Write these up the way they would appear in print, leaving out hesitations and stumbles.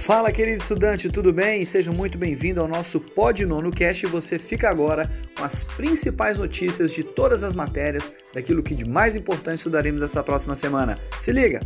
Fala, querido estudante, tudo bem? Seja muito bem-vindo ao nosso Pod Nono Cast e você fica agora com as principais notícias de todas as matérias, daquilo que de mais importante estudaremos essa próxima semana. Se liga!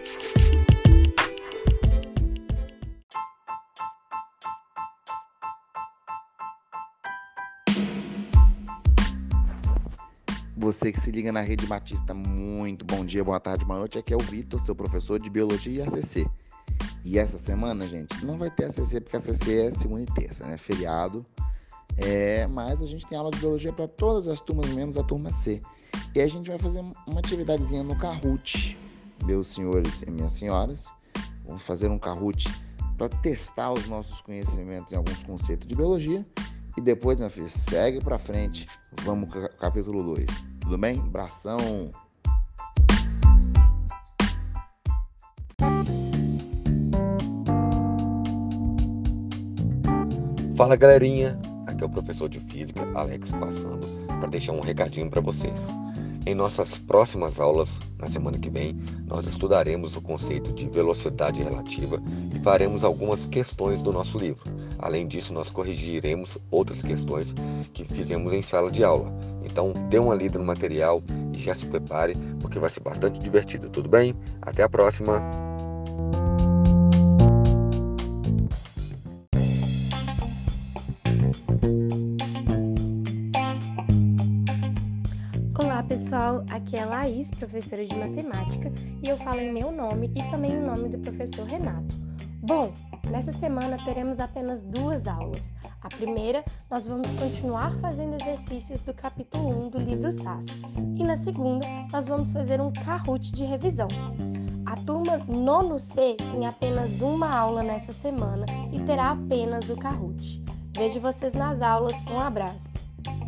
Você que se liga na Rede Batista, muito bom dia, boa tarde, boa noite. Aqui é o Vitor, seu professor de Biologia e ACC. E essa semana, gente, não vai ter ACC, porque ACC é segunda e terça, né? Feriado. Mas a gente tem aula de Biologia para todas as turmas, menos a turma C. E a gente vai fazer uma atividadezinha no Kahoot, meus senhores e minhas senhoras. Vamos fazer um Kahoot para testar os nossos conhecimentos em alguns conceitos de Biologia. E depois, meu filho, segue pra frente. Vamos pro capítulo 2. Tudo bem? Abração! Fala, galerinha! Aqui é o professor de Física, Alex, passando para deixar um recadinho para vocês. Em nossas próximas aulas, na semana que vem, nós estudaremos o conceito de velocidade relativa e faremos algumas questões do nosso livro. Além disso, nós corrigiremos outras questões que fizemos em sala de aula. Então, dê uma lida no material e já se prepare, porque vai ser bastante divertido, tudo bem? Até a próxima! Olá pessoal, aqui é a Laís, professora de matemática, e eu falo em meu nome e também em nome do professor Renato. Bom, nessa semana teremos apenas 2 aulas. A primeira, nós vamos continuar fazendo exercícios do capítulo 1 do livro SAS. E na segunda, nós vamos fazer um Kahoot de revisão. A turma nono C tem apenas uma aula nessa semana e terá apenas o Kahoot. Vejo vocês nas aulas, um abraço!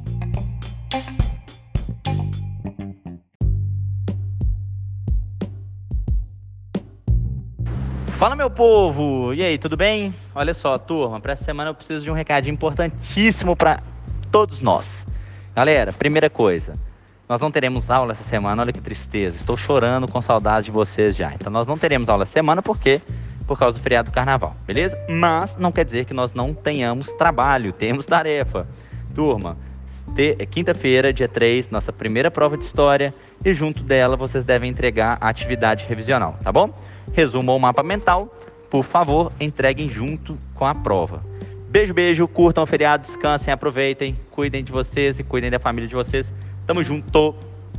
Fala, meu povo! E aí, tudo bem? Olha só, turma, para essa semana eu preciso de um recadinho importantíssimo para todos nós. Galera, primeira coisa, nós não teremos aula essa semana, olha que tristeza, estou chorando com saudade de vocês já. Então nós não teremos aula essa semana, por quê? Por causa do feriado do carnaval, beleza? Mas não quer dizer que nós não tenhamos trabalho, temos tarefa. Turma, quinta-feira, dia 3, nossa primeira prova de história e junto dela vocês devem entregar a atividade revisional, tá bom? Resumam o mapa mental, por favor, entreguem junto com a prova. Beijo, beijo, curtam o feriado, descansem, aproveitem, cuidem de vocês e cuidem da família de vocês. Tamo junto!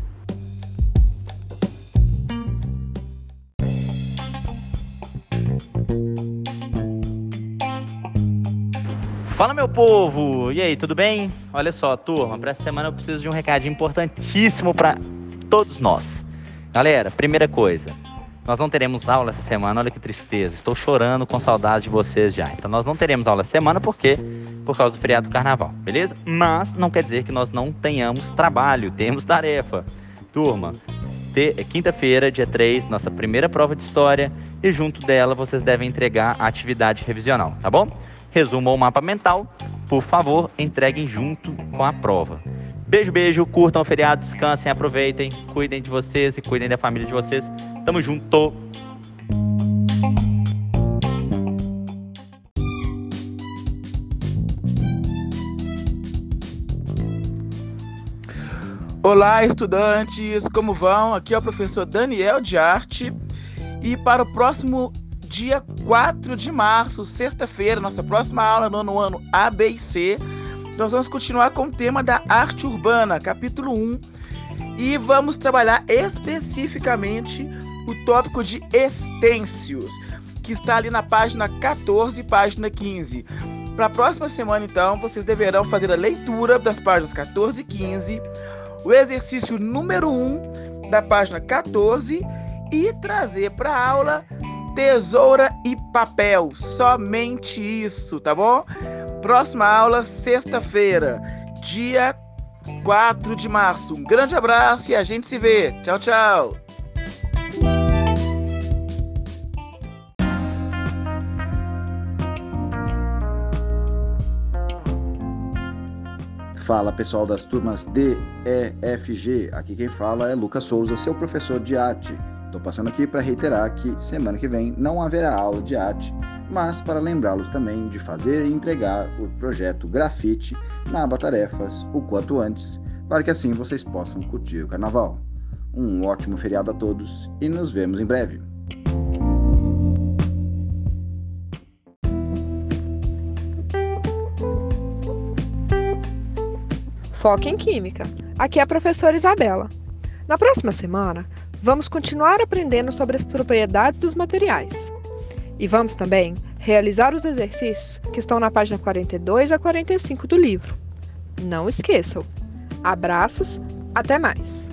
Fala, meu povo! E aí, tudo bem? Olha só, turma, para essa semana eu preciso de um recadinho importantíssimo para todos nós. Galera, primeira coisa, nós não teremos aula essa semana, olha que tristeza, estou chorando com saudade de vocês já. Então nós não teremos aula essa semana, por quê? Por causa do feriado do carnaval, beleza? Mas não quer dizer que nós não tenhamos trabalho, temos tarefa. Turma, quinta-feira, dia 3, nossa primeira prova de história e junto dela vocês devem entregar a atividade revisional, tá bom? Resumam o mapa mental, por favor, entreguem junto com a prova. Beijo, beijo, curtam o feriado, descansem, aproveitem, cuidem de vocês e cuidem da família de vocês. Tamo junto! Olá, estudantes, como vão? Aqui é o professor Daniel de Arte e para o próximo dia 4 de março, sexta-feira, nossa próxima aula no ano A, B e C, nós vamos continuar com o tema da arte urbana, capítulo 1, e vamos trabalhar especificamente o tópico de estêncios, que está ali na página 14 e página 15. Para a próxima semana, então, vocês deverão fazer a leitura das páginas 14 e 15, o exercício número 1 da página 14 e trazer para a aula tesoura e papel. Somente isso, tá bom? Próxima aula, sexta-feira, dia 4 de março. Um grande abraço e a gente se vê. Tchau, tchau! Fala, pessoal das turmas D, E, F, G. Aqui quem fala é Lucas Souza, seu professor de arte. Estou passando aqui para reiterar que semana que vem não haverá aula de arte, mas para lembrá-los também de fazer e entregar o projeto Grafite na aba Tarefas o quanto antes, para que assim vocês possam curtir o carnaval. Um ótimo feriado a todos e nos vemos em breve. Foco em Química. Aqui é a professora Isabela. Na próxima semana, vamos continuar aprendendo sobre as propriedades dos materiais. E vamos também realizar os exercícios que estão na página 42 a 45 do livro. Não esqueçam! Abraços, até mais!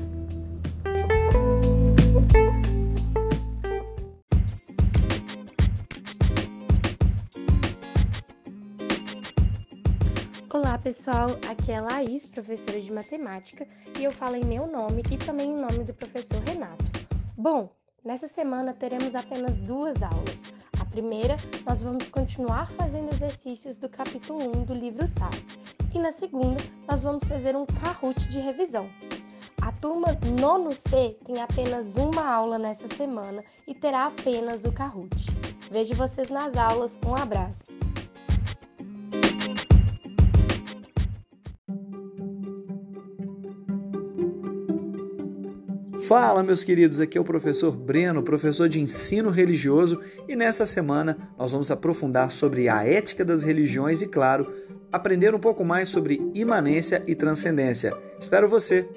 Olá pessoal, aqui é a Laís, professora de matemática, e eu falo em meu nome e também em nome do professor Renato. Bom, nessa semana teremos apenas 2 aulas. A primeira, nós vamos continuar fazendo exercícios do capítulo 1 do livro SAS. E na segunda, nós vamos fazer um Kahoot de revisão. A turma 9C tem apenas uma aula nessa semana e terá apenas o Kahoot. Vejo vocês nas aulas, um abraço! Fala, meus queridos, aqui é o professor Breno, professor de ensino religioso, e nessa semana nós vamos aprofundar sobre a ética das religiões e, claro, aprender um pouco mais sobre imanência e transcendência. Espero você!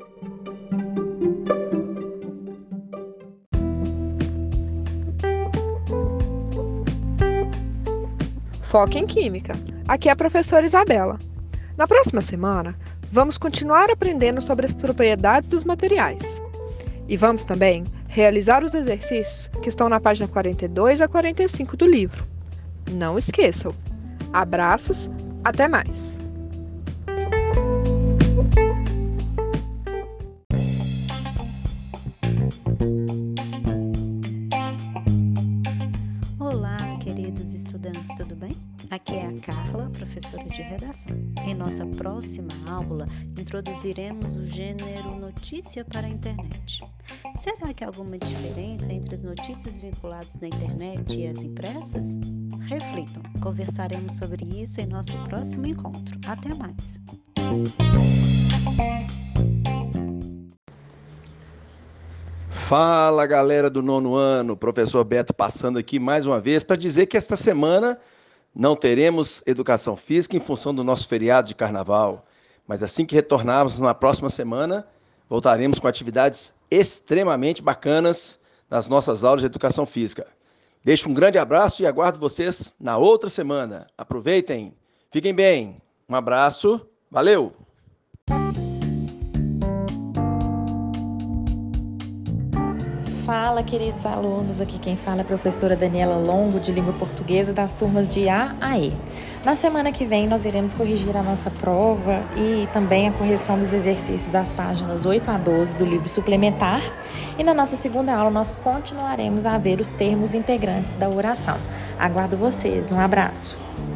Foco em Química. Aqui é a professora Isabela. Na próxima semana, vamos continuar aprendendo sobre as propriedades dos materiais. E vamos também realizar os exercícios que estão na página 42 a 45 do livro. Não esqueçam! Abraços, até mais! Olá, queridos estudantes, tudo bem? Aqui é a Carla, professora de redação. Em nossa próxima aula, introduziremos o gênero notícia para a internet. Será que há alguma diferença entre as notícias vinculadas na internet e as impressas? Reflitam, conversaremos sobre isso em nosso próximo encontro. Até mais! Fala, galera do 9º ano, professor Beto passando aqui mais uma vez para dizer que esta semana não teremos educação física em função do nosso feriado de carnaval, mas assim que retornarmos na próxima semana, voltaremos com atividades extremamente bacanas nas nossas aulas de educação física. Deixo um grande abraço e aguardo vocês na outra semana. Aproveitem, fiquem bem. Um abraço, valeu! Fala, queridos alunos, aqui quem fala é a professora Daniela Longo, de Língua Portuguesa, das turmas de A a E. Na semana que vem, nós iremos corrigir a nossa prova e também a correção dos exercícios das páginas 8 a 12 do livro suplementar. E na nossa segunda aula, nós continuaremos a ver os termos integrantes da oração. Aguardo vocês, um abraço!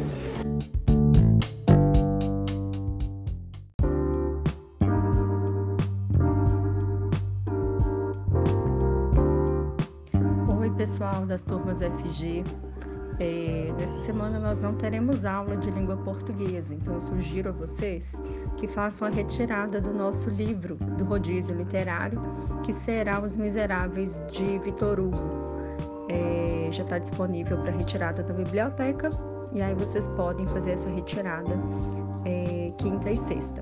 Pessoal das turmas FG, nessa semana nós não teremos aula de língua portuguesa, então eu sugiro a vocês que façam a retirada do nosso livro do rodízio literário, que será Os Miseráveis, de Victor Hugo. Já está disponível para retirada da biblioteca, e aí vocês podem fazer essa retirada quinta e sexta.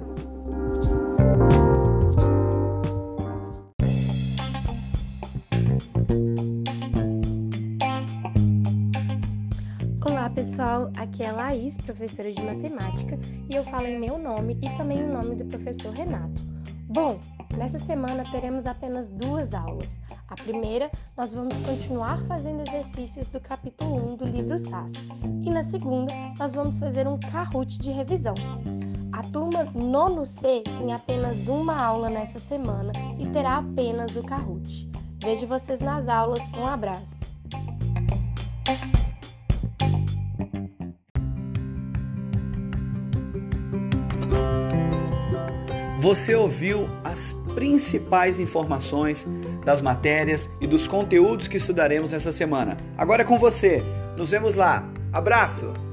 Olá pessoal, aqui é a Laís, professora de matemática, e eu falo em meu nome e também em nome do professor Renato. Bom, nessa semana teremos apenas 2 aulas. A primeira, nós vamos continuar fazendo exercícios do capítulo 1 do livro SAS. E na segunda, nós vamos fazer um Kahoot de revisão. A turma 9C tem apenas uma aula nessa semana e terá apenas o Kahoot. Vejo vocês nas aulas, um abraço! Você ouviu as principais informações das matérias e dos conteúdos que estudaremos nessa semana. Agora é com você. Nos vemos lá. Abraço!